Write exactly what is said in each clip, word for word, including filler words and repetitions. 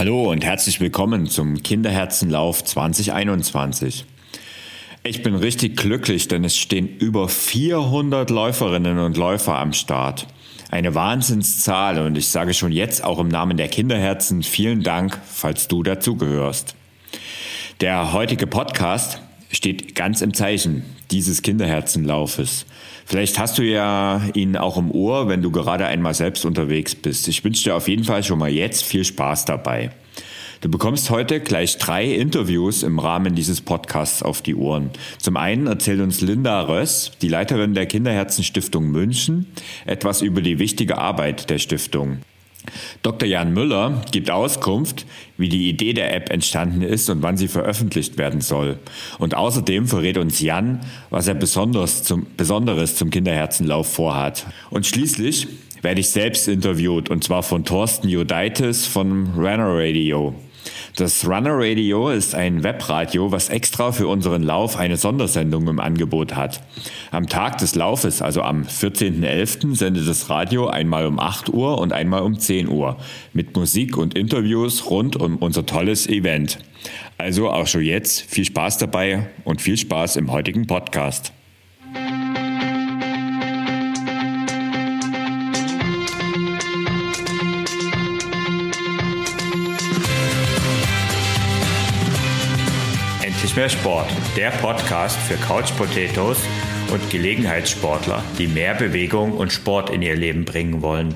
Hallo und herzlich willkommen zum Kinderherzenlauf zwanzig einundzwanzig. Ich bin richtig glücklich, denn es stehen über vierhundert Läuferinnen und Läufer am Start. Eine Wahnsinnszahl und ich sage schon jetzt auch im Namen der Kinderherzen vielen Dank, falls du dazugehörst. Der heutige Podcast steht ganz im Zeichen dieses Kinderherzenlaufes. Vielleicht hast du ja ihn auch im Ohr, wenn du gerade einmal selbst unterwegs bist. Ich wünsche dir auf jeden Fall schon mal jetzt viel Spaß dabei. Du bekommst heute gleich drei Interviews im Rahmen dieses Podcasts auf die Ohren. Zum einen erzählt uns Linda Röss, die Leiterin der Kinderherzenstiftung München, etwas über die wichtige Arbeit der Stiftung. Doktor Jan Müller gibt Auskunft, wie die Idee der App entstanden ist und wann sie veröffentlicht werden soll. Und außerdem verrät uns Jan, was er besonders zum, Besonderes zum Kinderherzenlauf vorhat. Und schließlich werde ich selbst interviewt, und zwar von Thorsten Judaitis von Runner Radio. Das Runner Radio ist ein Webradio, was extra für unseren Lauf eine Sondersendung im Angebot hat. Am Tag des Laufes, also am vierzehnten elften, sendet das Radio einmal um acht Uhr und einmal um zehn Uhr mit Musik und Interviews rund um unser tolles Event. Also auch schon jetzt viel Spaß dabei und viel Spaß im heutigen Podcast. Endlich mehr Sport, der Podcast für Couch Potatoes und Gelegenheitssportler, die mehr Bewegung und Sport in ihr Leben bringen wollen.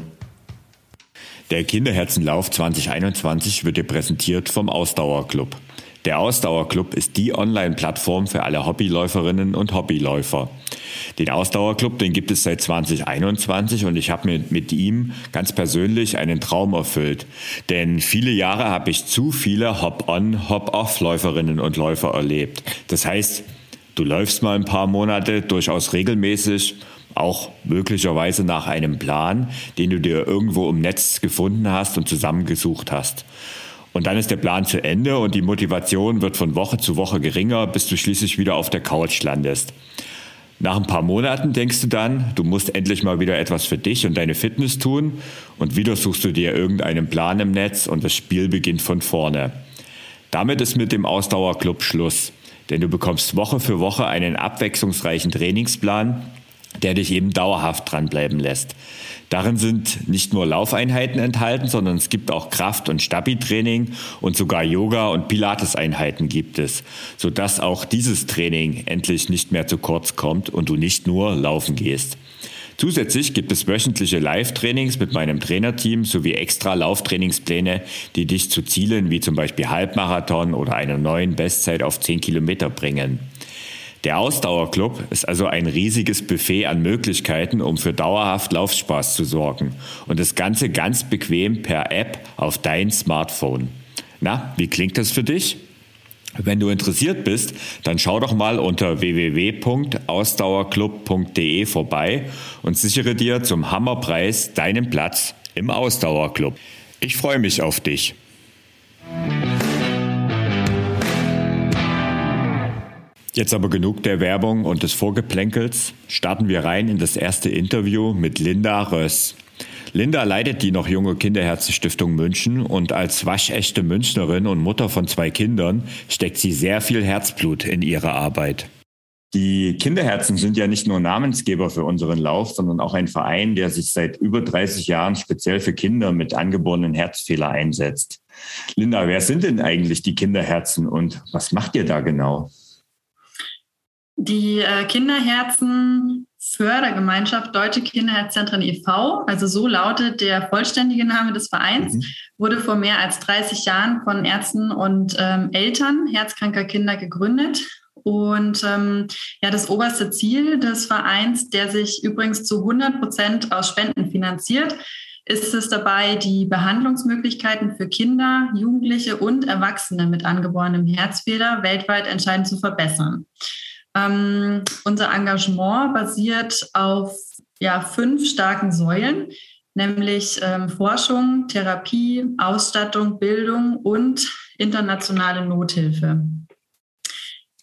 Der Kinderherzenlauf zwanzig einundzwanzig wird dir präsentiert vom Ausdauerclub. Der Ausdauerclub ist die Online-Plattform für alle Hobbyläuferinnen und Hobbyläufer. Den Ausdauerclub, den gibt es seit zwanzig einundzwanzig und ich habe mir mit ihm ganz persönlich einen Traum erfüllt. Denn viele Jahre habe ich zu viele Hop-on, Hop-off-Läuferinnen und Läufer erlebt. Das heißt, du läufst mal ein paar Monate durchaus regelmäßig, auch möglicherweise nach einem Plan, den du dir irgendwo im Netz gefunden hast und zusammengesucht hast. Und dann ist der Plan zu Ende und die Motivation wird von Woche zu Woche geringer, bis du schließlich wieder auf der Couch landest. Nach ein paar Monaten denkst du dann, du musst endlich mal wieder etwas für dich und deine Fitness tun und wieder suchst du dir irgendeinen Plan im Netz und das Spiel beginnt von vorne. Damit ist mit dem Ausdauerclub Schluss, denn du bekommst Woche für Woche einen abwechslungsreichen Trainingsplan, der dich eben dauerhaft dranbleiben lässt. Darin sind nicht nur Laufeinheiten enthalten, sondern es gibt auch Kraft- und Stabi-Training und sogar Yoga- und Pilates-Einheiten gibt es, sodass auch dieses Training endlich nicht mehr zu kurz kommt und du nicht nur laufen gehst. Zusätzlich gibt es wöchentliche Live-Trainings mit meinem Trainerteam sowie extra Lauftrainingspläne, die dich zu Zielen wie zum Beispiel Halbmarathon oder einer neuen Bestzeit auf zehn Kilometer bringen. Der Ausdauerclub ist also ein riesiges Buffet an Möglichkeiten, um für dauerhaft Laufspaß zu sorgen. Und das Ganze ganz bequem per App auf dein Smartphone. Na, wie klingt das für dich? Wenn du interessiert bist, dann schau doch mal unter w w w punkt ausdauerclub punkt d e vorbei und sichere dir zum Hammerpreis deinen Platz im Ausdauerclub. Ich freue mich auf dich. Jetzt aber genug der Werbung und des Vorgeplänkels. Starten wir rein in das erste Interview mit Linda Röss. Linda leitet die noch junge Kinderherzenstiftung München und als waschechte Münchnerin und Mutter von zwei Kindern steckt sie sehr viel Herzblut in ihre Arbeit. Die Kinderherzen sind ja nicht nur Namensgeber für unseren Lauf, sondern auch ein Verein, der sich seit über dreißig Jahren speziell für Kinder mit angeborenen Herzfehler einsetzt. Linda, wer sind denn eigentlich die Kinderherzen und was macht ihr da genau? Die äh, Kinderherzen Fördergemeinschaft Deutsche Kinderherzzentren e V, also so lautet der vollständige Name des Vereins, mhm. wurde vor mehr als dreißig Jahren von Ärzten und ähm, Eltern herzkranker Kinder gegründet. Und ähm, ja, das oberste Ziel des Vereins, der sich übrigens zu hundert Prozent aus Spenden finanziert, ist es dabei, die Behandlungsmöglichkeiten für Kinder, Jugendliche und Erwachsene mit angeborenem Herzfehler weltweit entscheidend zu verbessern. Ähm, unser Engagement basiert auf ja, fünf starken Säulen, nämlich ähm, Forschung, Therapie, Ausstattung, Bildung und internationale Nothilfe.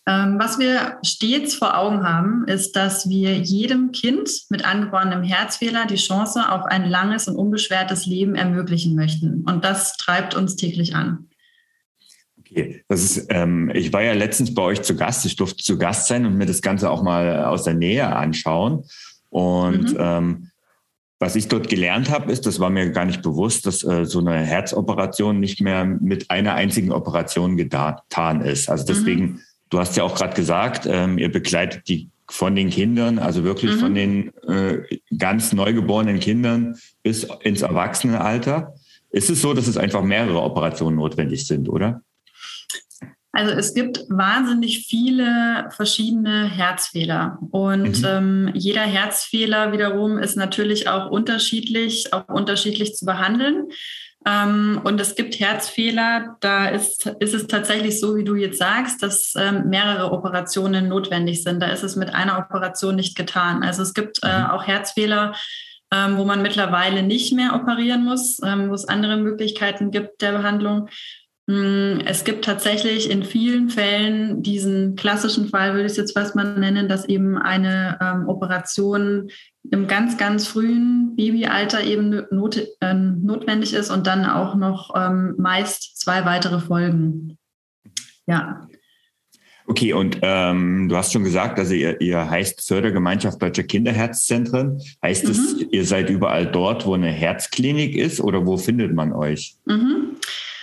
Ähm, was wir stets vor Augen haben, ist, dass wir jedem Kind mit angeborenem Herzfehler die Chance auf ein langes und unbeschwertes Leben ermöglichen möchten. Und das treibt uns täglich an. Okay, das ist, ähm, ich war ja letztens bei euch zu Gast. Ich durfte zu Gast sein und mir das Ganze auch mal aus der Nähe anschauen. Und mhm. ähm, was ich dort gelernt habe, ist, das war mir gar nicht bewusst, dass äh, so eine Herzoperation nicht mehr mit einer einzigen Operation getan ist. Also deswegen, mhm. du hast ja auch gerade gesagt, ähm, ihr begleitet die von den Kindern, also wirklich mhm. von den äh, ganz neugeborenen Kindern bis ins Erwachsenenalter. Ist es so, dass es einfach mehrere Operationen notwendig sind, oder? Also es gibt wahnsinnig viele verschiedene Herzfehler und mhm. ähm, jeder Herzfehler wiederum ist natürlich auch unterschiedlich, auch unterschiedlich zu behandeln. Ähm, und es gibt Herzfehler, da ist, ist es tatsächlich so, wie du jetzt sagst, dass ähm, mehrere Operationen notwendig sind. Da ist es mit einer Operation nicht getan. Also es gibt äh, auch Herzfehler, ähm, wo man mittlerweile nicht mehr operieren muss, ähm, wo es andere Möglichkeiten gibt der Behandlung. Es gibt tatsächlich in vielen Fällen diesen klassischen Fall, würde ich es jetzt fast mal nennen, dass eben eine ähm, Operation im ganz, ganz frühen Babyalter eben not, äh, notwendig ist und dann auch noch ähm, meist zwei weitere Folgen. Ja. Okay, und ähm, du hast schon gesagt, also ihr, ihr heißt Fördergemeinschaft Deutscher Kinderherzzentren. Heißt mhm. es, ihr seid überall dort, wo eine Herzklinik ist, oder wo findet man euch? Mhm.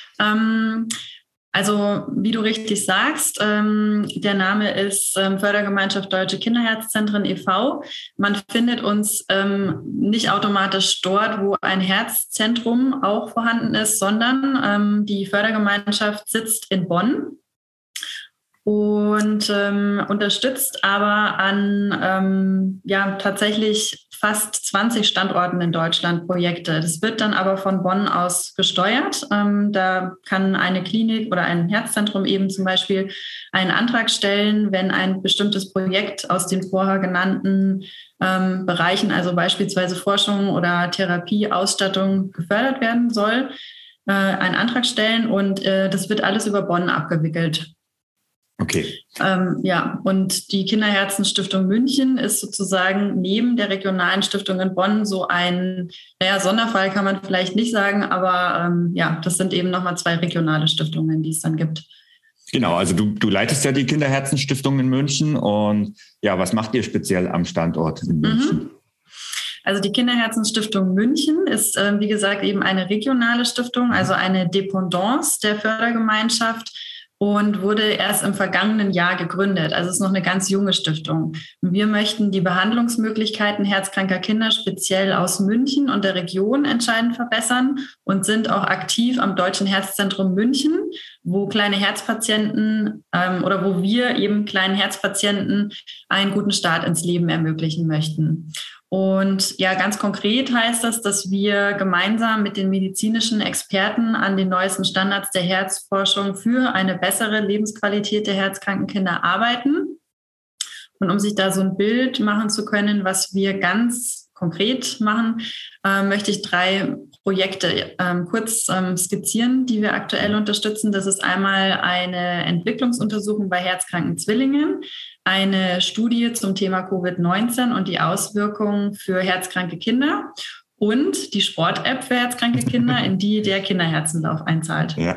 Also, wie du richtig sagst, ähm, der Name ist ähm, Fördergemeinschaft Deutsche Kinderherzzentren e V Man findet uns ähm, nicht automatisch dort, wo ein Herzzentrum auch vorhanden ist, sondern ähm, die Fördergemeinschaft sitzt in Bonn und ähm, unterstützt aber an ähm, ja tatsächlich fast zwanzig Standorten in Deutschland Projekte. Das wird dann aber von Bonn aus gesteuert. Ähm, da kann eine Klinik oder ein Herzzentrum eben zum Beispiel einen Antrag stellen, wenn ein bestimmtes Projekt aus den vorher genannten ähm, Bereichen, also beispielsweise Forschung oder Therapie, Ausstattung gefördert werden soll, äh, einen Antrag stellen und äh, das wird alles über Bonn abgewickelt. Okay. Ähm, ja, und die Kinderherzenstiftung München ist sozusagen neben der regionalen Stiftung in Bonn so ein, naja, Sonderfall kann man vielleicht nicht sagen, aber ähm, ja, das sind eben nochmal zwei regionale Stiftungen, die es dann gibt. Genau, also du, du leitest ja die Kinderherzenstiftung in München und ja, was macht ihr speziell am Standort in München? Mhm. Also die Kinderherzensstiftung München ist, äh, wie gesagt, eben eine regionale Stiftung, also eine Dependance der Fördergemeinschaft, und wurde erst im vergangenen Jahr gegründet. Also es ist noch eine ganz junge Stiftung. Wir möchten die Behandlungsmöglichkeiten herzkranker Kinder speziell aus München und der Region entscheidend verbessern und sind auch aktiv am Deutschen Herzzentrum München, wo kleine Herzpatienten ähm, oder wo wir eben kleinen Herzpatienten einen guten Start ins Leben ermöglichen möchten. Und ja, ganz konkret heißt das, dass wir gemeinsam mit den medizinischen Experten an den neuesten Standards der Herzforschung für eine bessere Lebensqualität der herzkranken Kinder arbeiten. Und um sich da so ein Bild machen zu können, was wir ganz konkret machen, äh, möchte ich drei Projekte ähm, kurz ähm, skizzieren, die wir aktuell unterstützen. Das ist einmal eine Entwicklungsuntersuchung bei herzkranken Zwillingen, eine Studie zum Thema Covid neunzehn und die Auswirkungen für herzkranke Kinder und die Sport-App für herzkranke Kinder, in die der Kinderherzenlauf einzahlt. Ja.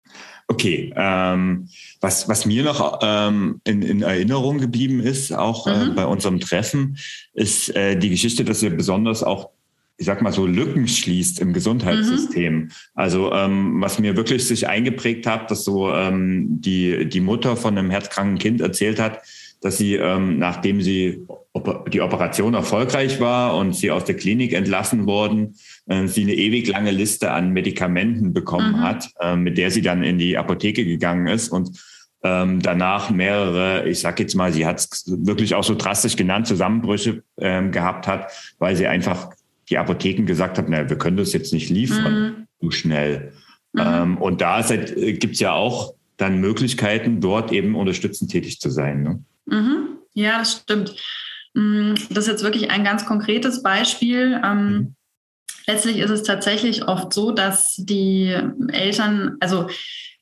Okay, ähm, was, was mir noch ähm, in, in Erinnerung geblieben ist, auch mhm. äh, bei unserem Treffen, ist äh, die Geschichte, dass ihr besonders auch, ich sag mal so, Lücken schließt im Gesundheitssystem. Mhm. Also ähm, was mir wirklich sich eingeprägt hat, dass so ähm, die, die Mutter von einem herzkranken Kind erzählt hat, dass sie, ähm, nachdem sie op- die Operation erfolgreich war und sie aus der Klinik entlassen worden, äh, sie eine ewig lange Liste an Medikamenten bekommen mhm. hat, äh, mit der sie dann in die Apotheke gegangen ist und ähm, danach mehrere, ich sag jetzt mal, sie hat es wirklich auch so drastisch genannt, Zusammenbrüche ähm, gehabt hat, weil sie einfach die Apotheken gesagt haben, naja, wir können das jetzt nicht liefern, mhm. so schnell. Mhm. Ähm, und da äh, gibt es ja auch dann Möglichkeiten, dort eben unterstützend tätig zu sein, ne? Mhm. Ja, das stimmt. Das ist jetzt wirklich ein ganz konkretes Beispiel. Mhm. Letztlich ist es tatsächlich oft so, dass die Eltern, also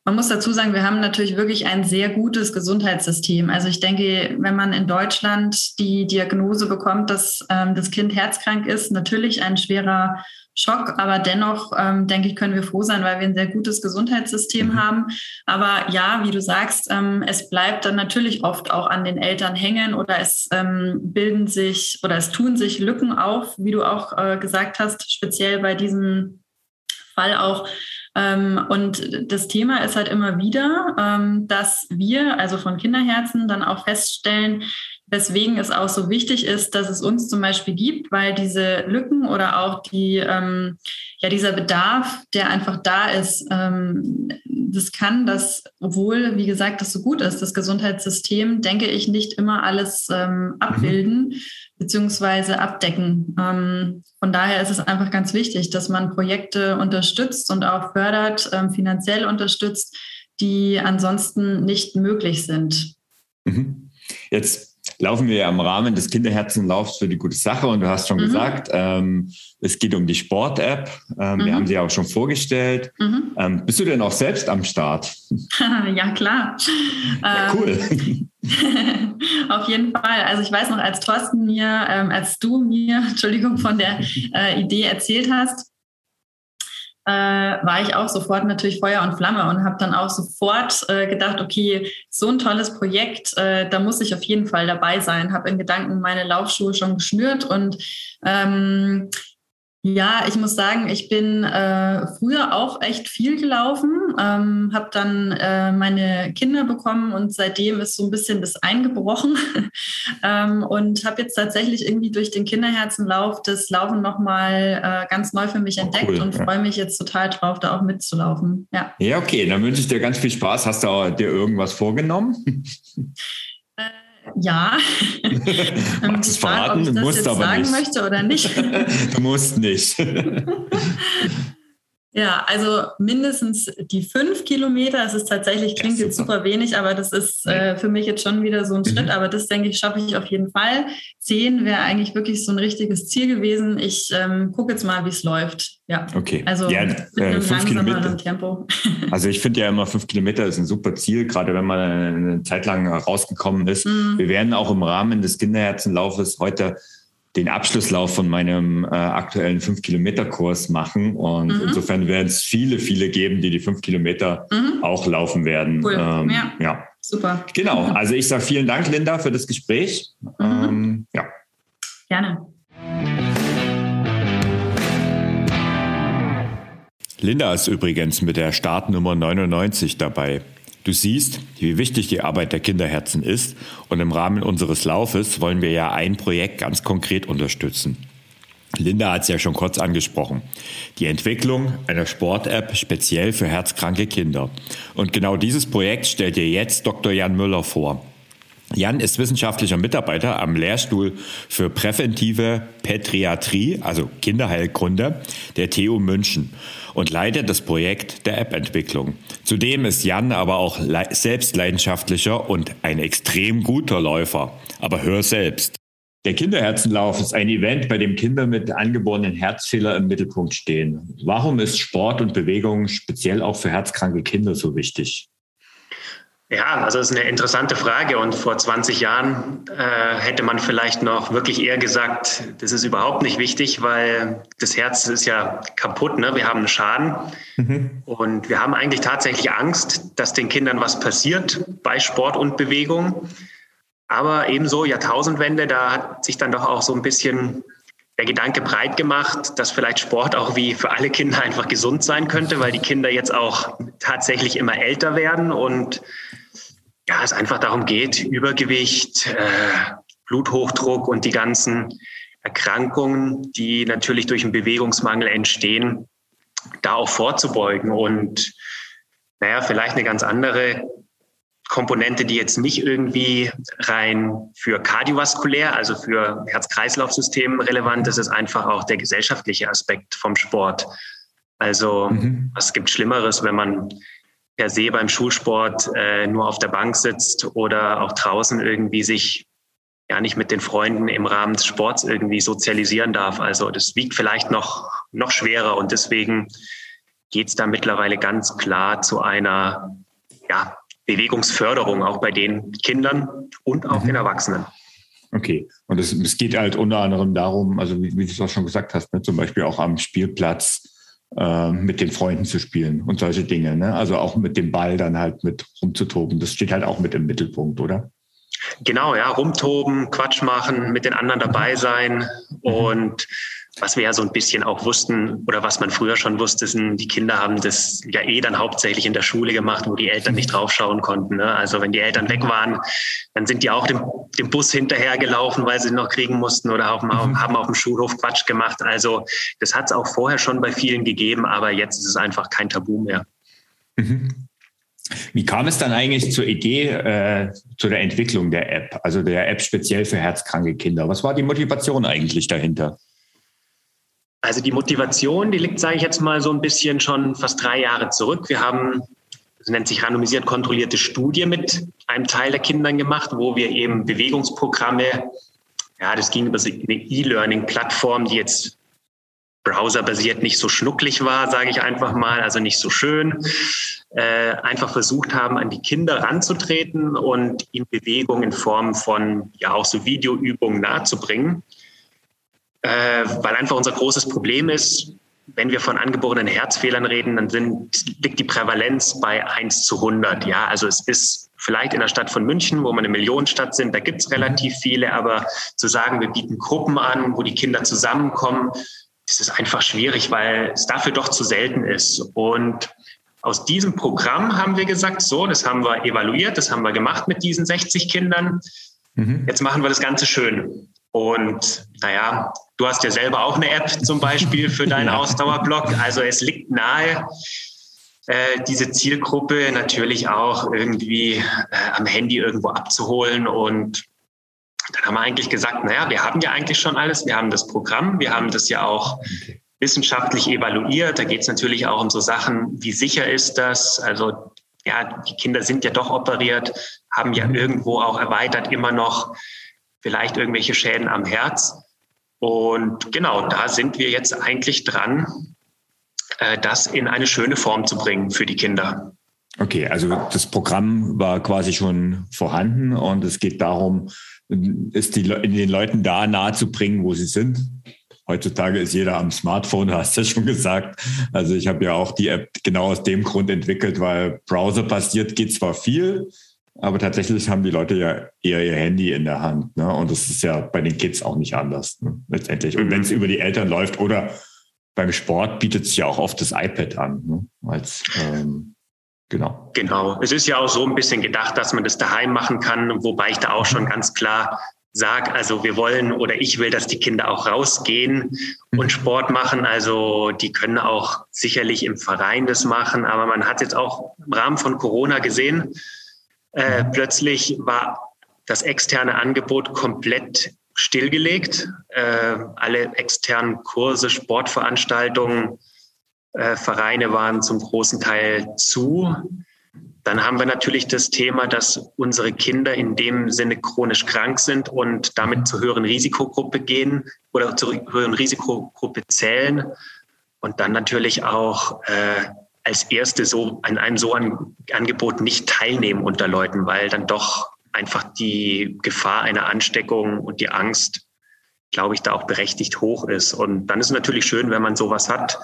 man muss dazu sagen, wir haben natürlich wirklich ein sehr gutes Gesundheitssystem. Also ich denke, wenn man in Deutschland die Diagnose bekommt, dass ähm, das Kind herzkrank ist, natürlich ein schwerer Schock, aber dennoch, ähm, denke ich, können wir froh sein, weil wir ein sehr gutes Gesundheitssystem mhm. haben. Aber ja, wie du sagst, ähm, es bleibt dann natürlich oft auch an den Eltern hängen oder es ähm, bilden sich oder es tun sich Lücken auf, wie du auch äh, gesagt hast, speziell bei diesem Fall auch. Ähm, und das Thema ist halt immer wieder, ähm, dass wir, also von Kinderherzen, dann auch feststellen, weswegen es auch so wichtig ist, dass es uns zum Beispiel gibt, weil diese Lücken oder auch die, ähm, ja, dieser Bedarf, der einfach da ist, ähm, das kann das, obwohl, wie gesagt, das so gut ist, das Gesundheitssystem, denke ich, nicht immer alles ähm, abbilden mhm. beziehungsweise abdecken. Ähm, von daher ist es einfach ganz wichtig, dass man Projekte unterstützt und auch fördert, ähm, finanziell unterstützt, die ansonsten nicht möglich sind. Mhm. Jetzt laufen wir ja im Rahmen des Kinderherzenlaufs für die gute Sache und du hast schon mhm. gesagt, ähm, es geht um die Sport-App. Ähm, mhm. Wir haben sie ja auch schon vorgestellt. Mhm. Ähm, bist du denn auch selbst am Start? Ja, klar. Ja, cool. Auf jeden Fall. Also ich weiß noch, als Thorsten mir, ähm, als du mir, Entschuldigung, von der äh, Idee erzählt hast, äh, war ich auch sofort natürlich Feuer und Flamme und habe dann auch sofort äh, gedacht, okay, so ein tolles Projekt, äh, da muss ich auf jeden Fall dabei sein. Habe in Gedanken meine Laufschuhe schon geschnürt und ähm, ja, ich muss sagen, ich bin äh, früher auch echt viel gelaufen, ähm, habe dann äh, meine Kinder bekommen und seitdem ist so ein bisschen das eingebrochen ähm, und habe jetzt tatsächlich irgendwie durch den Kinderherzenlauf das Laufen nochmal äh, ganz neu für mich entdeckt cool, und ja. freue mich jetzt total drauf, da auch mitzulaufen. Ja, ja, okay, dann wünsche ich dir ganz viel Spaß. Hast du auch dir irgendwas vorgenommen? äh, Ja, magst du es verraten? Ob ich das musst jetzt aber sagen nicht. möchte oder nicht. Du musst nicht. Ja, also mindestens die fünf Kilometer. Es ist tatsächlich, klingt ja, jetzt super wenig, aber das ist äh, für mich jetzt schon wieder so ein mhm. Schritt. Aber das, denke ich, schaffe ich auf jeden Fall. Zehn wäre eigentlich wirklich so ein richtiges Ziel gewesen. Ich ähm, gucke jetzt mal, wie es läuft. Ja, okay. Also ja, mit einem fünf Kilometer. Tempo. Also ich finde ja immer, fünf Kilometer ist ein super Ziel, gerade wenn man eine Zeit lang rausgekommen ist. Mhm. Wir werden auch im Rahmen des Kinderherzenlaufes heute den Abschlusslauf von meinem äh, aktuellen fünf Kilometer Kurs machen. Und mhm. insofern werden es viele, viele geben, die die fünf Kilometer mhm. auch laufen werden. Cool. Ähm, ja. ja, super. Genau. Also ich sage vielen Dank, Linda, für das Gespräch. Mhm. Ähm, ja. Gerne. Linda ist übrigens mit der Startnummer neunundneunzig dabei. Du siehst, wie wichtig die Arbeit der Kinderherzen ist und im Rahmen unseres Laufes wollen wir ja ein Projekt ganz konkret unterstützen. Linda hat es ja schon kurz angesprochen. Die Entwicklung einer Sport-App speziell für herzkranke Kinder. Und genau dieses Projekt stellt dir jetzt Doktor Jan Müller vor. Jan ist wissenschaftlicher Mitarbeiter am Lehrstuhl für präventive Pädiatrie, also Kinderheilkunde, der T U München und leitet das Projekt der App-Entwicklung. Zudem ist Jan aber auch le- selbst leidenschaftlicher und ein extrem guter Läufer. Aber hör selbst. Der Kinderherzenlauf ist ein Event, bei dem Kinder mit angeborenen Herzfehler im Mittelpunkt stehen. Warum ist Sport und Bewegung speziell auch für herzkranke Kinder so wichtig? Ja, also das ist eine interessante Frage und vor zwanzig Jahren äh, hätte man vielleicht noch wirklich eher gesagt, das ist überhaupt nicht wichtig, weil das Herz ist ja kaputt, ne? Wir haben einen Schaden mhm. und wir haben eigentlich tatsächlich Angst, dass den Kindern was passiert bei Sport und Bewegung. Aber ebenso Jahrtausendwende, da hat sich dann doch auch so ein bisschen der Gedanke breit gemacht, dass vielleicht Sport auch wie für alle Kinder einfach gesund sein könnte, weil die Kinder jetzt auch tatsächlich immer älter werden und ja, es einfach darum geht, Übergewicht, äh, Bluthochdruck und die ganzen Erkrankungen, die natürlich durch einen Bewegungsmangel entstehen, da auch vorzubeugen. Und naja, vielleicht eine ganz andere Komponente, die jetzt nicht irgendwie rein für kardiovaskulär, also für Herz-Kreislauf-System relevant ist, ist einfach auch der gesellschaftliche Aspekt vom Sport. Also mhm. was gibt Schlimmeres, wenn man per se beim Schulsport äh, nur auf der Bank sitzt oder auch draußen irgendwie sich ja nicht mit den Freunden im Rahmen des Sports irgendwie sozialisieren darf. Also das wiegt vielleicht noch, noch schwerer und deswegen geht es da mittlerweile ganz klar zu einer ja, Bewegungsförderung auch bei den Kindern und auch mhm. den Erwachsenen. Okay, und es, es geht halt unter anderem darum, also wie, wie du es auch schon gesagt hast, ne, zum Beispiel auch am Spielplatz äh, mit den Freunden zu spielen und solche Dinge, ne? Also auch mit dem Ball dann halt mit rumzutoben. Das steht halt auch mit im Mittelpunkt, oder? Genau, ja, rumtoben, Quatsch machen, mit den anderen dabei sein. Mhm. Und was wir ja so ein bisschen auch wussten oder was man früher schon wusste, sind, die Kinder haben das ja eh dann hauptsächlich in der Schule gemacht, wo die Eltern nicht draufschauen konnten. Ne? Also wenn die Eltern weg waren, dann sind die auch dem, dem Bus hinterhergelaufen, weil sie ihn noch kriegen mussten oder auf dem, mhm. haben auf dem Schulhof Quatsch gemacht. Also das hat es auch vorher schon bei vielen gegeben, aber jetzt ist es einfach kein Tabu mehr. Mhm. Wie kam es dann eigentlich zur Idee, äh, zu der Entwicklung der App, also der App speziell für herzkranke Kinder? Was war die Motivation eigentlich dahinter? Also die Motivation, die liegt, sage ich jetzt mal, so ein bisschen schon fast drei Jahre zurück. Wir haben, das nennt sich randomisiert kontrollierte Studie mit einem Teil der Kindern gemacht, wo wir eben Bewegungsprogramme, ja, das ging über eine E-Learning-Plattform, die jetzt browserbasiert nicht so schnucklig war, sage ich einfach mal, also nicht so schön, äh, einfach versucht haben, an die Kinder ranzutreten und ihnen Bewegung in Form von, ja, auch so Videoübungen nahezubringen. Äh, weil einfach unser großes Problem ist, wenn wir von angeborenen Herzfehlern reden, dann sind, liegt die Prävalenz bei eins zu hundert. Ja, also es ist vielleicht in der Stadt von München, wo wir eine Millionenstadt sind, da gibt es relativ viele, aber zu sagen, wir bieten Gruppen an, wo die Kinder zusammenkommen, das ist einfach schwierig, weil es dafür doch zu selten ist. Und aus diesem Programm haben wir gesagt, so, das haben wir evaluiert, das haben wir gemacht mit diesen sechzig Kindern. Mhm. Jetzt machen wir das Ganze schön. Und naja, du hast ja selber auch eine App zum Beispiel für deinen Ausdauerblock. Also es liegt nahe, äh, diese Zielgruppe natürlich auch irgendwie äh, am Handy irgendwo abzuholen. Und dann haben wir eigentlich gesagt, naja, wir haben ja eigentlich schon alles. Wir haben das Programm, wir haben das ja auch okay. wissenschaftlich evaluiert. Da geht es natürlich auch um so Sachen, wie sicher ist das? Also ja, die Kinder sind ja doch operiert, haben ja irgendwo auch erweitert immer noch vielleicht irgendwelche Schäden am Herz. Und genau, da sind wir jetzt eigentlich dran, das in eine schöne Form zu bringen für die Kinder. Okay, also das Programm war quasi schon vorhanden und es geht darum, es die, den Leuten da nahe zu bringen, wo sie sind. Heutzutage ist jeder am Smartphone, hast du ja schon gesagt. Also ich habe ja auch die App genau aus dem Grund entwickelt, weil browserbasiert geht zwar viel, aber tatsächlich haben die Leute ja eher ihr Handy in der Hand. Ne? Und das ist ja bei den Kids auch nicht anders, ne? Letztendlich. Und wenn es über die Eltern läuft oder beim Sport, bietet es ja auch oft das iPad an. Ne? Als, ähm, genau. Genau. Es ist ja auch so ein bisschen gedacht, dass man das daheim machen kann, wobei ich da auch schon ganz klar sage, also wir wollen oder ich will, dass die Kinder auch rausgehen und mhm. Sport machen. Also die können auch sicherlich im Verein das machen, aber man hat jetzt auch im Rahmen von Corona gesehen, Äh, plötzlich war das externe Angebot komplett stillgelegt. Äh, alle externen Kurse, Sportveranstaltungen, äh, Vereine waren zum großen Teil zu. Dann haben wir natürlich das Thema, dass unsere Kinder in dem Sinne chronisch krank sind und damit zur höheren Risikogruppe gehen oder zur höheren Risikogruppe zählen. Und dann natürlich auch äh, als Erste so an einem so an Angebot nicht teilnehmen unter Leuten, weil dann doch einfach die Gefahr einer Ansteckung und die Angst, glaube ich, da auch berechtigt hoch ist. Und dann ist es natürlich schön, wenn man sowas hat,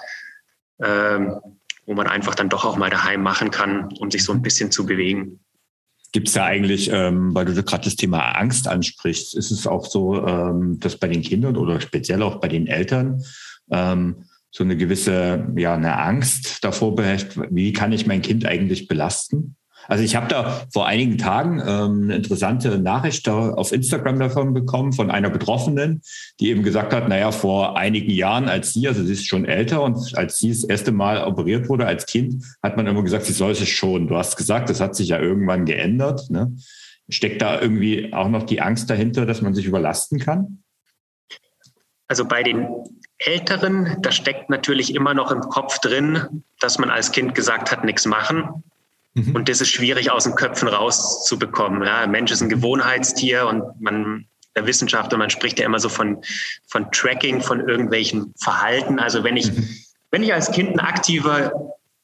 ähm, wo man einfach dann doch auch mal daheim machen kann, um sich so ein bisschen zu bewegen. Gibt es da eigentlich, ähm, weil du gerade das Thema Angst ansprichst, ist es auch so, ähm, dass bei den Kindern oder speziell auch bei den Eltern ähm, so eine gewisse, ja, eine Angst davor beherrscht, wie kann ich mein Kind eigentlich belasten? Also ich habe da vor einigen Tagen ähm, eine interessante Nachricht da auf Instagram davon bekommen von einer Betroffenen, die eben gesagt hat, naja, vor einigen Jahren, als sie, also sie ist schon älter und als sie das erste Mal operiert wurde als Kind, hat man immer gesagt, sie soll sich schonen. Du hast gesagt, das hat sich ja irgendwann geändert. Ne? Steckt da irgendwie auch noch die Angst dahinter, dass man sich überlasten kann? Also bei den Älteren, da steckt natürlich immer noch im Kopf drin, dass man als Kind gesagt hat, nichts machen. Mhm. Und das ist schwierig aus den Köpfen rauszubekommen. Ja, ein Mensch ist ein Gewohnheitstier und man, der Wissenschaftler, man spricht ja immer so von, von Tracking, von irgendwelchen Verhalten. Also wenn ich, mhm. wenn ich als Kind ein aktiver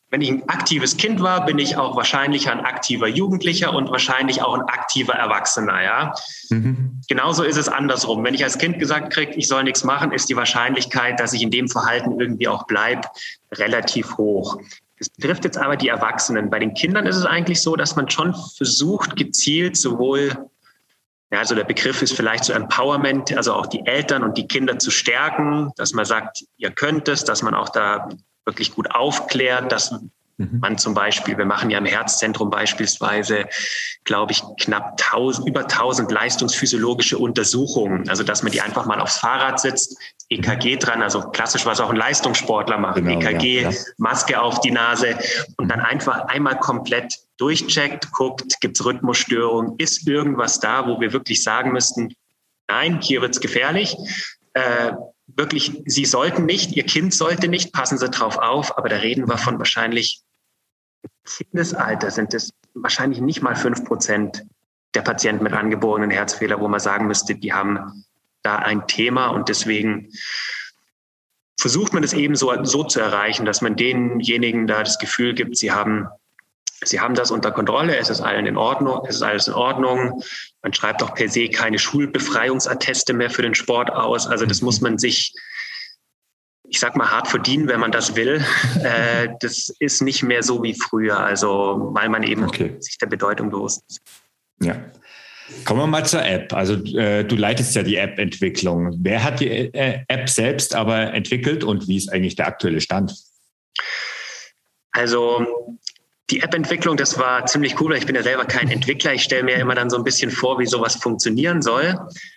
wenn ich ein aktives Kind war, bin ich auch wahrscheinlich ein aktiver Jugendlicher und wahrscheinlich auch ein aktiver Erwachsener, ja. Mhm. Genauso ist es andersrum. Wenn ich als Kind gesagt kriege, ich soll nichts machen, ist die Wahrscheinlichkeit, dass ich in dem Verhalten irgendwie auch bleibe, relativ hoch. Das betrifft jetzt aber die Erwachsenen. Bei den Kindern ist es eigentlich so, dass man schon versucht, gezielt sowohl, ja, also der Begriff ist vielleicht so Empowerment, also auch die Eltern und die Kinder zu stärken, dass man sagt, ihr könnt es, dass man auch da wirklich gut aufklärt, dass man zum Beispiel, wir machen ja im Herzzentrum beispielsweise, glaube ich, knapp tausend, über tausend leistungsphysiologische Untersuchungen. Also, dass man die einfach mal aufs Fahrrad sitzt, E K G dran, also klassisch, was auch ein Leistungssportler macht, genau, E K G, ja, ja. Maske auf die Nase und dann einfach einmal komplett durchcheckt, guckt, gibt es Rhythmusstörungen, ist irgendwas da, wo wir wirklich sagen müssten, nein, hier wird es gefährlich. Äh, wirklich, Sie sollten nicht, Ihr Kind sollte nicht, passen Sie drauf auf, aber da reden wir von wahrscheinlich Kindesalter sind es wahrscheinlich nicht mal fünf Prozent der Patienten mit angeborenen Herzfehler, wo man sagen müsste, die haben da ein Thema und deswegen versucht man es eben so, so zu erreichen, dass man denjenigen da das Gefühl gibt, sie haben, sie haben das unter Kontrolle, es ist allen in Ordnung, es ist alles in Ordnung. Man schreibt auch per se keine Schulbefreiungsatteste mehr für den Sport aus. Also das muss man sich, ich sag mal, hart verdienen, wenn man das will. äh, das ist nicht mehr so wie früher, also weil man eben okay. sich der Bedeutung bewusst ist. Ja. Kommen wir mal zur App. Also äh, du leitest ja die App-Entwicklung. Wer hat die äh, App selbst aber entwickelt und wie ist eigentlich der aktuelle Stand? Also die App-Entwicklung, das war ziemlich cool, weil ich bin ja selber kein Entwickler. Ich stelle mir immer dann so ein bisschen vor, wie sowas funktionieren soll.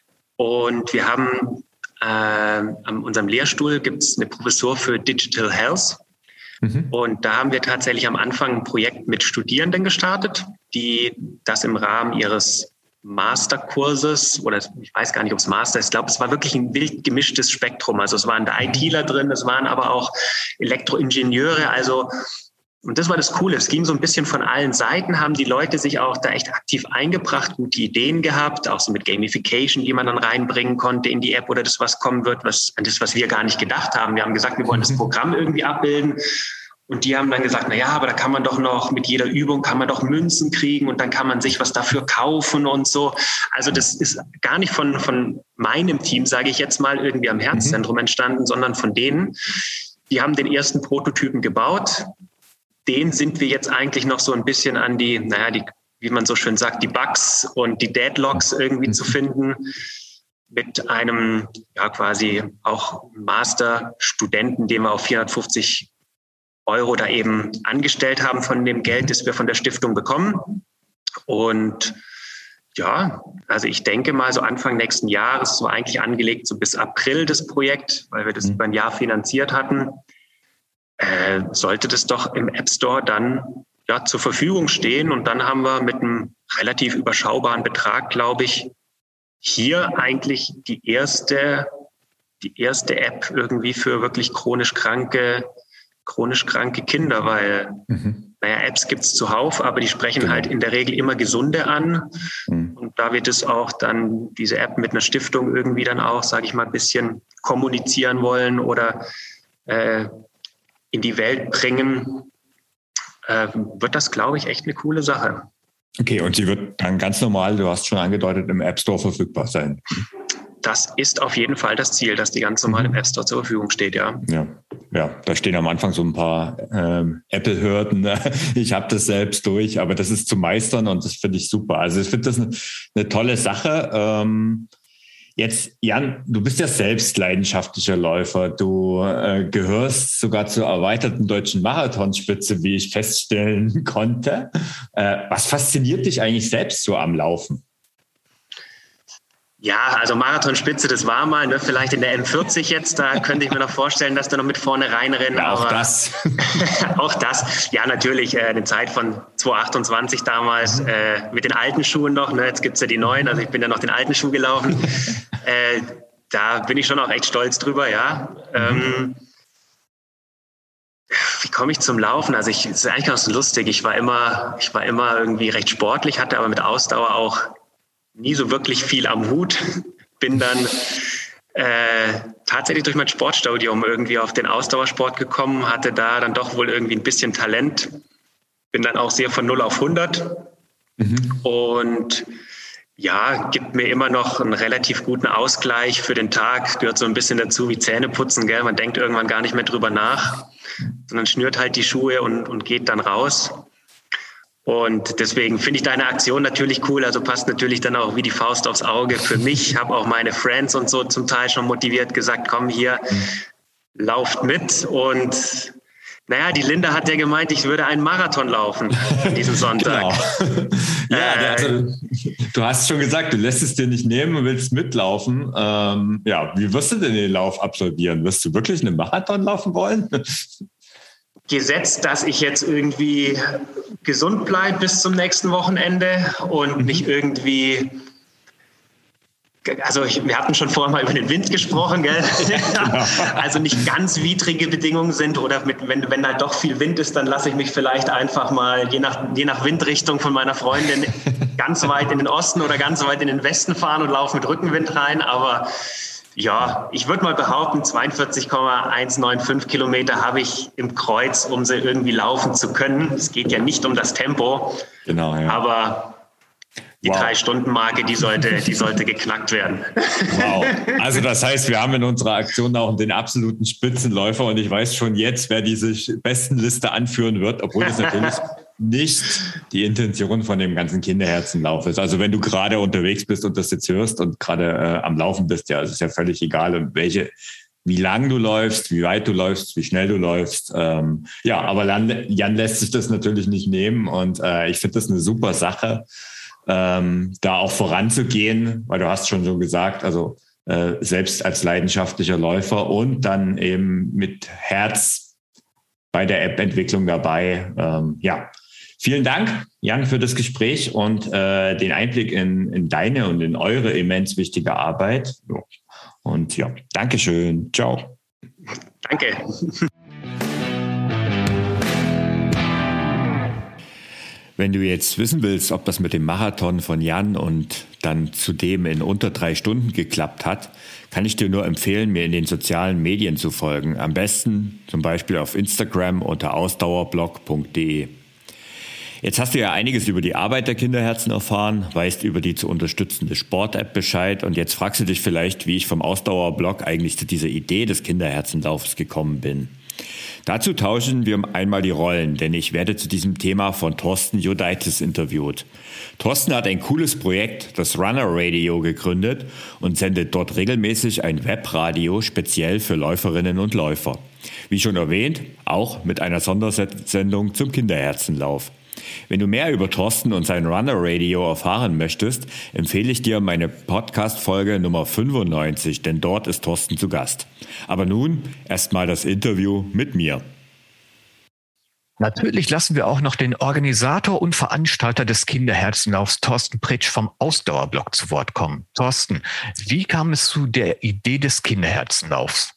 Und wir haben äh, an unserem Lehrstuhl gibt es eine Professur für Digital Health. Mhm. Und da haben wir tatsächlich am Anfang ein Projekt mit Studierenden gestartet, die das im Rahmen ihres Masterkurses oder ich weiß gar nicht, ob es Master ist. Ich glaube, es war wirklich ein wild gemischtes Spektrum. Also es waren da ITler drin, es waren aber auch Elektroingenieure. Also und das war das Coole. Es ging so ein bisschen von allen Seiten, haben die Leute sich auch da echt aktiv eingebracht, gute Ideen gehabt, auch so mit Gamification, die man dann reinbringen konnte in die App oder das, was kommen wird, was, das, was wir gar nicht gedacht haben. Wir haben gesagt, wir wollen das Programm irgendwie abbilden. Und die haben dann gesagt, na ja, aber da kann man doch noch mit jeder Übung kann man doch Münzen kriegen und dann kann man sich was dafür kaufen und so. Also das ist gar nicht von, von meinem Team, sage ich jetzt mal, irgendwie am Herzzentrum entstanden, sondern von denen. Die haben den ersten Prototypen gebaut. Den sind wir jetzt eigentlich noch so ein bisschen an die, naja, die, wie man so schön sagt, die Bugs und die Deadlocks irgendwie zu finden. Mit einem, ja, quasi auch Masterstudenten, den wir auf vierhundertfünfzig Euro da eben angestellt haben von dem Geld, das wir von der Stiftung bekommen. Und ja, also ich denke mal so Anfang nächsten Jahres, so eigentlich angelegt so bis April das Projekt, weil wir das über ein Jahr finanziert hatten, äh, sollte das doch im App Store dann ja zur Verfügung stehen. Und dann haben wir mit einem relativ überschaubaren Betrag, glaube ich, hier eigentlich die erste, die erste App irgendwie für wirklich chronisch kranke chronisch kranke Kinder, weil mhm. naja, Apps gibt es zuhauf, aber die sprechen genau. halt in der Regel immer Gesunde an. Mhm. Und da wird es auch dann diese App mit einer Stiftung irgendwie dann auch, sage ich mal, ein bisschen kommunizieren wollen oder äh, in die Welt bringen, äh, wird das, glaube ich, echt eine coole Sache. Okay, und sie wird dann ganz normal, du hast schon angedeutet, im App Store verfügbar sein. Das ist auf jeden Fall das Ziel, dass die ganz normal im App Store zur Verfügung steht, ja. Ja, ja, da stehen am Anfang so ein paar ähm, Apple-Hürden. Ich habe das selbst durch, aber das ist zu meistern und das finde ich super. Also ich finde das eine, eine tolle Sache. Ähm, jetzt, Jan, du bist ja selbst leidenschaftlicher Läufer. Du äh, gehörst sogar zur erweiterten deutschen Marathonspitze, wie ich feststellen konnte. Äh, was fasziniert dich eigentlich selbst so am Laufen? Ja, also Marathonspitze, das war mal, ne, vielleicht in der M vierzig jetzt, da könnte ich mir noch vorstellen, dass du noch mit vorne reinrennen. Ja, auch aber das. auch das, ja natürlich, äh, eine Zeit von zwei achtundzwanzig damals, mhm. äh, mit den alten Schuhen noch, ne, jetzt gibt's ja die neuen, also ich bin ja noch den alten Schuh gelaufen. äh, da bin ich schon auch echt stolz drüber, ja. Mhm. Ähm, wie komme ich zum Laufen? Also ich, es ist eigentlich ganz lustig, ich war immer, ich war immer irgendwie recht sportlich, hatte aber mit Ausdauer auch nie so wirklich viel am Hut. Bin dann Äh, tatsächlich durch mein Sportstudium irgendwie auf den Ausdauersport gekommen, hatte da dann doch wohl irgendwie ein bisschen Talent. Bin dann auch sehr von null auf hundert. Mhm. Und ja, gibt mir immer noch einen relativ guten Ausgleich für den Tag. Gehört so ein bisschen dazu wie Zähneputzen, gell? Man denkt irgendwann gar nicht mehr drüber nach, sondern schnürt halt die Schuhe und, und geht dann raus. Und deswegen finde ich deine Aktion natürlich cool. Also passt natürlich dann auch wie die Faust aufs Auge für mich. Habe auch meine Friends und so zum Teil schon motiviert gesagt, komm hier, mhm. lauft mit. Und naja, die Linda hat ja gemeint, ich würde einen Marathon laufen diesen Sonntag. Genau. Ja, äh, also, du hast schon gesagt, du lässt es dir nicht nehmen und willst mitlaufen. Ähm, ja, wie wirst du denn den Lauf absolvieren? Wirst du wirklich einen Marathon laufen wollen? Gesetzt, dass ich jetzt irgendwie gesund bleibe bis zum nächsten Wochenende und mhm. nicht irgendwie, also ich, wir hatten schon vorher mal über den Wind gesprochen, gell? Genau. Also nicht ganz widrige Bedingungen sind oder mit, wenn, wenn halt doch viel Wind ist, dann lasse ich mich vielleicht einfach mal je nach, je nach Windrichtung von meiner Freundin ganz weit in den Osten oder ganz weit in den Westen fahren und laufe mit Rückenwind rein, aber ja, ich würde mal behaupten, zweiundvierzig Komma hundertfünfundneunzig Kilometer habe ich im Kreuz, um sie irgendwie laufen zu können. Es geht ja nicht um das Tempo, genau, ja. aber die wow. Drei-Stunden-Marke, die sollte, die sollte geknackt werden. Wow. Also das heißt, wir haben in unserer Aktion auch den absoluten Spitzenläufer und ich weiß schon jetzt, wer diese Bestenliste anführen wird, obwohl das natürlich nicht die Intention von dem ganzen Kinderherzenlauf ist. Also wenn du gerade unterwegs bist und das jetzt hörst und gerade äh, am Laufen bist, ja, es ist ja völlig egal, welche, wie lang du läufst, wie weit du läufst, wie schnell du läufst. Ähm, ja, aber Jan, Jan lässt sich das natürlich nicht nehmen und äh, ich finde das eine super Sache, ähm, da auch voranzugehen, weil du hast schon so gesagt, also äh, selbst als leidenschaftlicher Läufer und dann eben mit Herz bei der App-Entwicklung dabei. Ähm, ja, vielen Dank, Jan, für das Gespräch und äh, den Einblick in, in deine und in eure immens wichtige Arbeit. Und ja, Dankeschön. Ciao. Danke. Wenn du jetzt wissen willst, ob das mit dem Marathon von Jan und dann zudem in unter drei Stunden geklappt hat, kann ich dir nur empfehlen, mir in den sozialen Medien zu folgen. Am besten zum Beispiel auf Instagram unter ausdauerblog punkt de. Jetzt hast du ja einiges über die Arbeit der Kinderherzen erfahren, weißt über die zu unterstützende Sport-App Bescheid und jetzt fragst du dich vielleicht, wie ich vom Ausdauerblog eigentlich zu dieser Idee des Kinderherzenlaufs gekommen bin. Dazu tauschen wir einmal die Rollen, denn ich werde zu diesem Thema von Thorsten Judaitis interviewt. Thorsten hat ein cooles Projekt, das Runner Radio, gegründet und sendet dort regelmäßig ein Webradio speziell für Läuferinnen und Läufer. Wie schon erwähnt, auch mit einer Sondersendung zum Kinderherzenlauf. Wenn du mehr über Thorsten und sein Runner Radio erfahren möchtest, empfehle ich dir meine Podcast-Folge Nummer fünfundneunzig, denn dort ist Thorsten zu Gast. Aber nun erstmal das Interview mit mir. Natürlich lassen wir auch noch den Organisator und Veranstalter des Kinderherzenlaufs, Thorsten Pritsch vom Ausdauerblog, zu Wort kommen. Thorsten, wie kam es zu der Idee des Kinderherzenlaufs?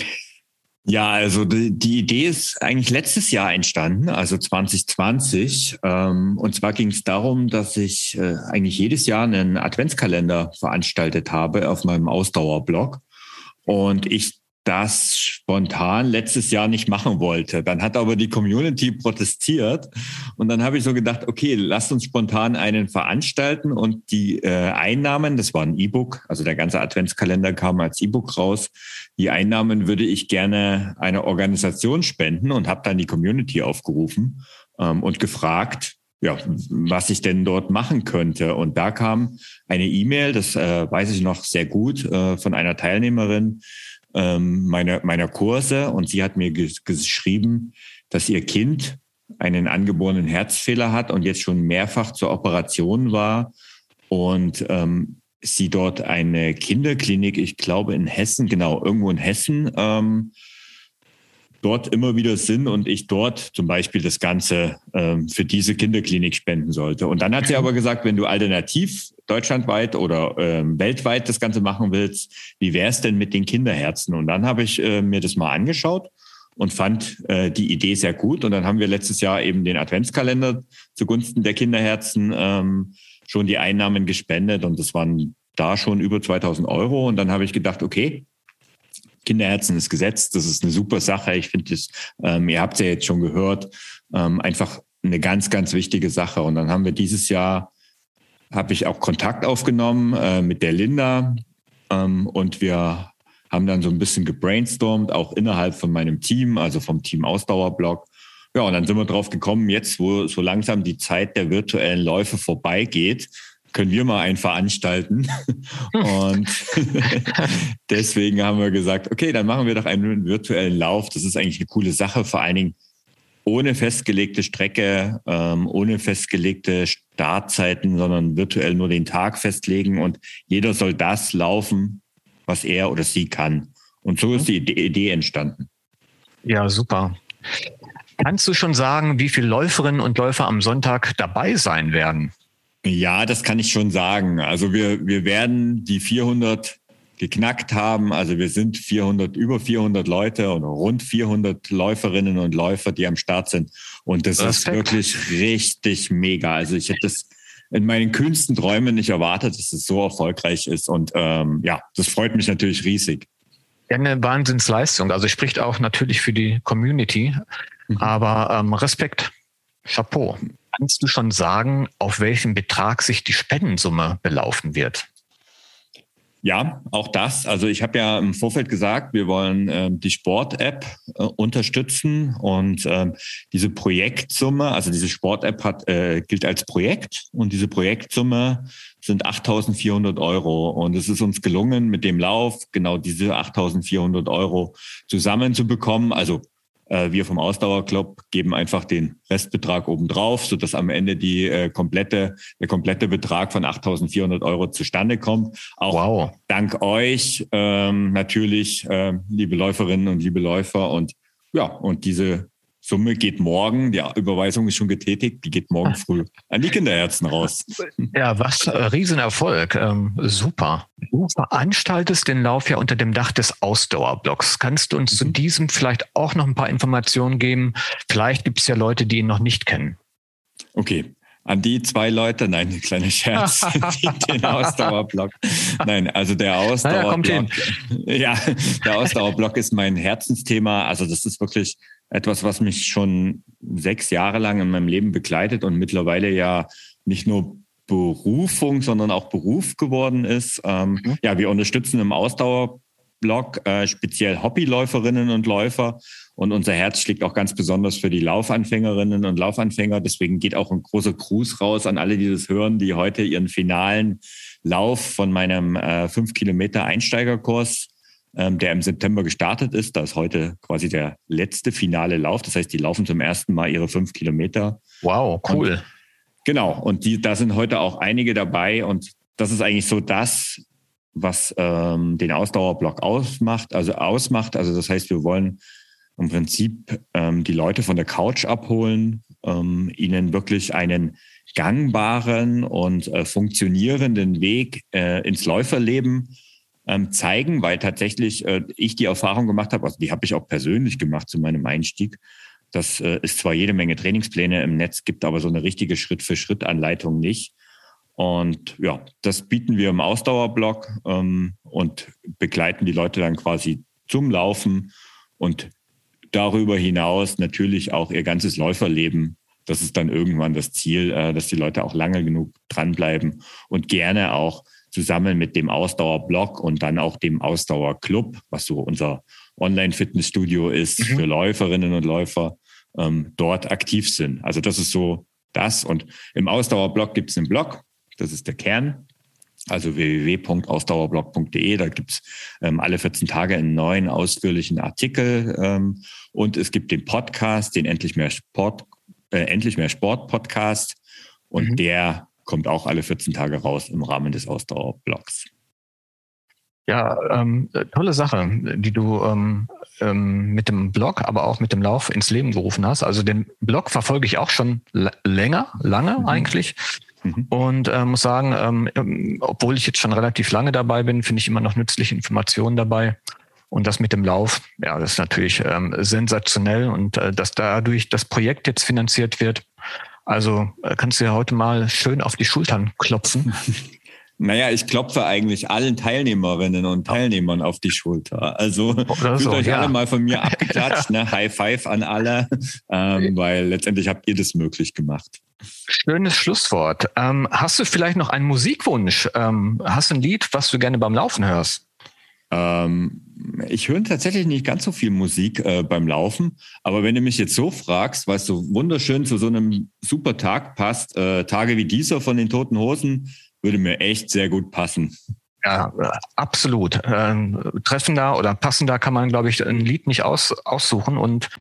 Ja, also die, die Idee ist eigentlich letztes Jahr entstanden, also zwanzig zwanzig. Ähm, und zwar ging es darum, dass ich äh, eigentlich jedes Jahr einen Adventskalender veranstaltet habe auf meinem Ausdauerblog und ich das spontan letztes Jahr nicht machen wollte. Dann hat aber die Community protestiert und dann habe ich so gedacht, okay, lasst uns spontan einen veranstalten und die äh, Einnahmen, das war ein E-Book, also der ganze Adventskalender kam als E-Book raus, die Einnahmen würde ich gerne einer Organisation spenden und habe dann die Community aufgerufen ähm, und gefragt, ja, was ich denn dort machen könnte. Und da kam eine E-Mail, das äh, weiß ich noch sehr gut, äh, von einer Teilnehmerin, Meiner, meiner Kurse und sie hat mir ges- geschrieben, dass ihr Kind einen angeborenen Herzfehler hat und jetzt schon mehrfach zur Operation war und ähm, sie dort eine Kinderklinik, ich glaube in Hessen, genau, irgendwo in Hessen, ähm, dort immer wieder sind und ich dort zum Beispiel das Ganze ähm, für diese Kinderklinik spenden sollte. Und dann hat sie aber gesagt, wenn du alternativ deutschlandweit oder ähm, weltweit das Ganze machen willst, wie wäre es denn mit den Kinderherzen? Und dann habe ich äh, mir das mal angeschaut und fand äh, die Idee sehr gut. Und dann haben wir letztes Jahr eben den Adventskalender zugunsten der Kinderherzen ähm, schon die Einnahmen gespendet. Und das waren da schon über zweitausend Euro. Und dann habe ich gedacht, okay, Kinderherzen ist gesetzt, das ist eine super Sache. Ich finde das, ähm, ihr habt es ja jetzt schon gehört, ähm, einfach eine ganz, ganz wichtige Sache. Und dann haben wir dieses Jahr, habe ich auch Kontakt aufgenommen äh, mit der Linda ähm, und wir haben dann so ein bisschen gebrainstormt, auch innerhalb von meinem Team, also vom Team Ausdauerblock. Ja, und dann sind wir drauf gekommen, jetzt, wo so langsam die Zeit der virtuellen Läufe vorbeigeht, können wir mal einen veranstalten. Und deswegen haben wir gesagt, okay, dann machen wir doch einen virtuellen Lauf. Das ist eigentlich eine coole Sache, vor allen Dingen ohne festgelegte Strecke, ähm, ohne festgelegte Startzeiten, sondern virtuell nur den Tag festlegen und jeder soll das laufen, was er oder sie kann. Und so ist die Idee entstanden. Ja, super. Kannst du schon sagen, wie viele Läuferinnen und Läufer am Sonntag dabei sein werden? Ja, das kann ich schon sagen. Also wir, wir werden die vierhundert geknackt haben. Also wir sind vierhundert, über vierhundert Leute und rund vierhundert Läuferinnen und Läufer, die am Start sind. Und das Respekt. Ist wirklich richtig mega. Also ich hätte das in meinen kühnsten Träumen nicht erwartet, dass es so erfolgreich ist. Und ähm, ja, das freut mich natürlich riesig. Ja, eine Wahnsinnsleistung. Also spricht auch natürlich für die Community. Mhm. Aber ähm, Respekt, Chapeau. Kannst du schon sagen, auf welchen Betrag sich die Spendensumme belaufen wird? Ja, auch das. Also ich habe ja im Vorfeld gesagt, wir wollen äh, die Sport-App äh, unterstützen und äh, diese Projektsumme, also diese Sport-App hat, äh, gilt als Projekt und diese Projektsumme sind achttausendvierhundert Euro und es ist uns gelungen, mit dem Lauf genau diese achttausendvierhundert Euro zusammenzubekommen. Also wir vom Ausdauerclub geben einfach den Restbetrag obendrauf, sodass am Ende die äh, komplette, der komplette Betrag von achttausendvierhundert Euro zustande kommt. Auch wow. Dank euch ähm, natürlich, äh, liebe Läuferinnen und liebe Läufer. Und ja, und diese Summe geht morgen, die Überweisung ist schon getätigt, die geht morgen früh an die Kinderherzen raus. Ja, was äh, Riesenerfolg. Ähm, super. Du veranstaltest den Lauf ja unter dem Dach des Ausdauerblocks. Kannst du uns mhm. zu diesem vielleicht auch noch ein paar Informationen geben? Vielleicht gibt es ja Leute, die ihn noch nicht kennen. Okay. An die zwei Leute, nein, ein kleiner Scherz, den Ausdauerblock. Nein, also der Ausdauerblock, ja, der Ausdauerblock ist mein Herzensthema. Also das ist wirklich etwas, was mich schon sechs Jahre lang in meinem Leben begleitet und mittlerweile ja nicht nur Berufung, sondern auch Beruf geworden ist. Ähm, mhm. Ja, wir unterstützen im Ausdauerblock äh, speziell Hobbyläuferinnen und Läufer und unser Herz schlägt auch ganz besonders für die Laufanfängerinnen und Laufanfänger. Deswegen geht auch ein großer Gruß raus an alle, die das hören, die heute ihren finalen Lauf von meinem äh, fünf Kilometer Einsteigerkurs, ähm, der im September gestartet ist. Da ist heute quasi der letzte finale Lauf. Das heißt, die laufen zum ersten Mal ihre fünf Kilometer. Wow, cool. Und, genau. Und die, da sind heute auch einige dabei. Und das ist eigentlich so das, was ähm, den Ausdauerblock ausmacht. Also ausmacht. Also das heißt, wir wollen im Prinzip ähm, die Leute von der Couch abholen, ähm, ihnen wirklich einen gangbaren und äh, funktionierenden Weg äh, ins Läuferleben ähm, zeigen, weil tatsächlich äh, ich die Erfahrung gemacht habe, also die habe ich auch persönlich gemacht zu meinem Einstieg, dass äh, es zwar jede Menge Trainingspläne im Netz gibt, aber so eine richtige Schritt-für-Schritt-Anleitung nicht. Und ja, das bieten wir im Ausdauerblock ähm, und begleiten die Leute dann quasi zum Laufen und darüber hinaus natürlich auch ihr ganzes Läuferleben. Das ist dann irgendwann das Ziel, dass die Leute auch lange genug dranbleiben und gerne auch zusammen mit dem Ausdauerblock und dann auch dem Ausdauerclub, was so unser Online-Fitnessstudio ist mhm. für Läuferinnen und Läufer, ähm, dort aktiv sind. Also das ist so das. Und im Ausdauerblock gibt es einen Blog, das ist der Kern. Also w w w punkt ausdauerblock punkt d e, da gibt's ähm, alle vierzehn Tage einen neuen, ausführlichen Artikel. Ähm, und es gibt den Podcast, den Endlich mehr Sport, äh, Endlich mehr Sport Podcast. Und mhm. der kommt auch alle vierzehn Tage raus im Rahmen des Ausdauerblocks. Ja, ähm, tolle Sache, die du ähm, ähm, mit dem Blog, aber auch mit dem Lauf ins Leben gerufen hast. Also den Blog verfolge ich auch schon l- länger, lange mhm. eigentlich. Mhm. Und äh, muss sagen, ähm, obwohl ich jetzt schon relativ lange dabei bin, finde ich immer noch nützliche Informationen dabei. Und das mit dem Lauf, ja, das ist natürlich ähm, sensationell und äh, dass dadurch das Projekt jetzt finanziert wird. Also äh, kannst du ja heute mal schön auf die Schultern klopfen. Naja, ich klopfe eigentlich allen Teilnehmerinnen und Teilnehmern auf die Schulter. Also fühlt so, euch ja. alle mal von mir abgeklatscht, ne? High Five an alle, ähm, weil letztendlich habt ihr das möglich gemacht. Schönes Schlusswort. Ähm, hast du vielleicht noch einen Musikwunsch? Ähm, hast du ein Lied, was du gerne beim Laufen hörst? Ähm, ich höre tatsächlich nicht ganz so viel Musik äh, beim Laufen, aber wenn du mich jetzt so fragst, was so wunderschön zu so einem super Tag passt, äh, Tage wie dieser von den Toten Hosen, würde mir echt sehr gut passen. Ja, absolut. Ähm, treffender oder passender kann man, glaube ich, ein Lied nicht aus, aussuchen. Und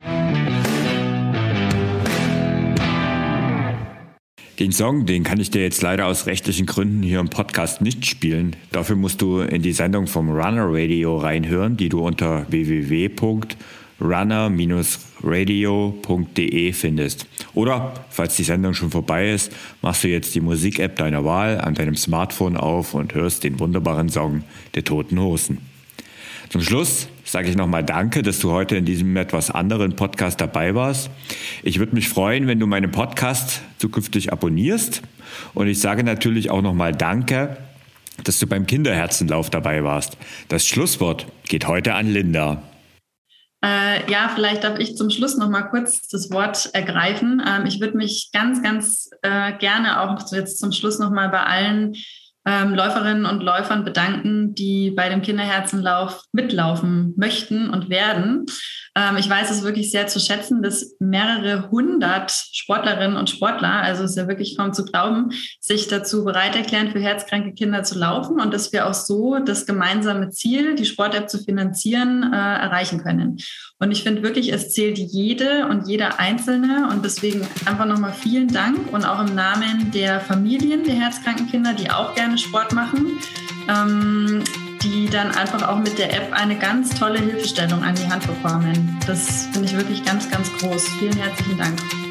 den Song, den kann ich dir jetzt leider aus rechtlichen Gründen hier im Podcast nicht spielen. Dafür musst du in die Sendung vom Runner Radio reinhören, die du unter w w w punkt runner radio punkt d e findest. Oder, falls die Sendung schon vorbei ist, machst du jetzt die Musik-App deiner Wahl an deinem Smartphone auf und hörst den wunderbaren Song der Toten Hosen. Zum Schluss sage ich nochmal Danke, dass du heute in diesem etwas anderen Podcast dabei warst. Ich würde mich freuen, wenn du meinen Podcast zukünftig abonnierst. Und ich sage natürlich auch nochmal Danke, dass du beim Kinderherzenlauf dabei warst. Das Schlusswort geht heute an Linda. Äh, ja, vielleicht darf ich zum Schluss noch mal kurz das Wort ergreifen. Ähm, ich würde mich ganz, ganz äh, gerne auch jetzt zum Schluss noch mal bei allen ähm, Läuferinnen und Läufern bedanken, die bei dem Kinderherzenlauf mitlaufen möchten und werden. Ähm, ich weiß es wirklich sehr zu schätzen, dass mehrere hundert Sportlerinnen und Sportler, also es ist ja wirklich kaum zu glauben, sich dazu bereit erklären, für herzkranke Kinder zu laufen und dass wir auch so das gemeinsame Ziel, die Sport-App zu finanzieren, äh, erreichen können. Und ich finde wirklich, es zählt jede und jeder Einzelne und deswegen einfach nochmal vielen Dank und auch im Namen der Familien der herzkranken Kinder, die auch gerne Sport machen, ähm, die dann einfach auch mit der App eine ganz tolle Hilfestellung an die Hand bekommen. Das finde ich wirklich ganz, ganz groß. Vielen herzlichen Dank.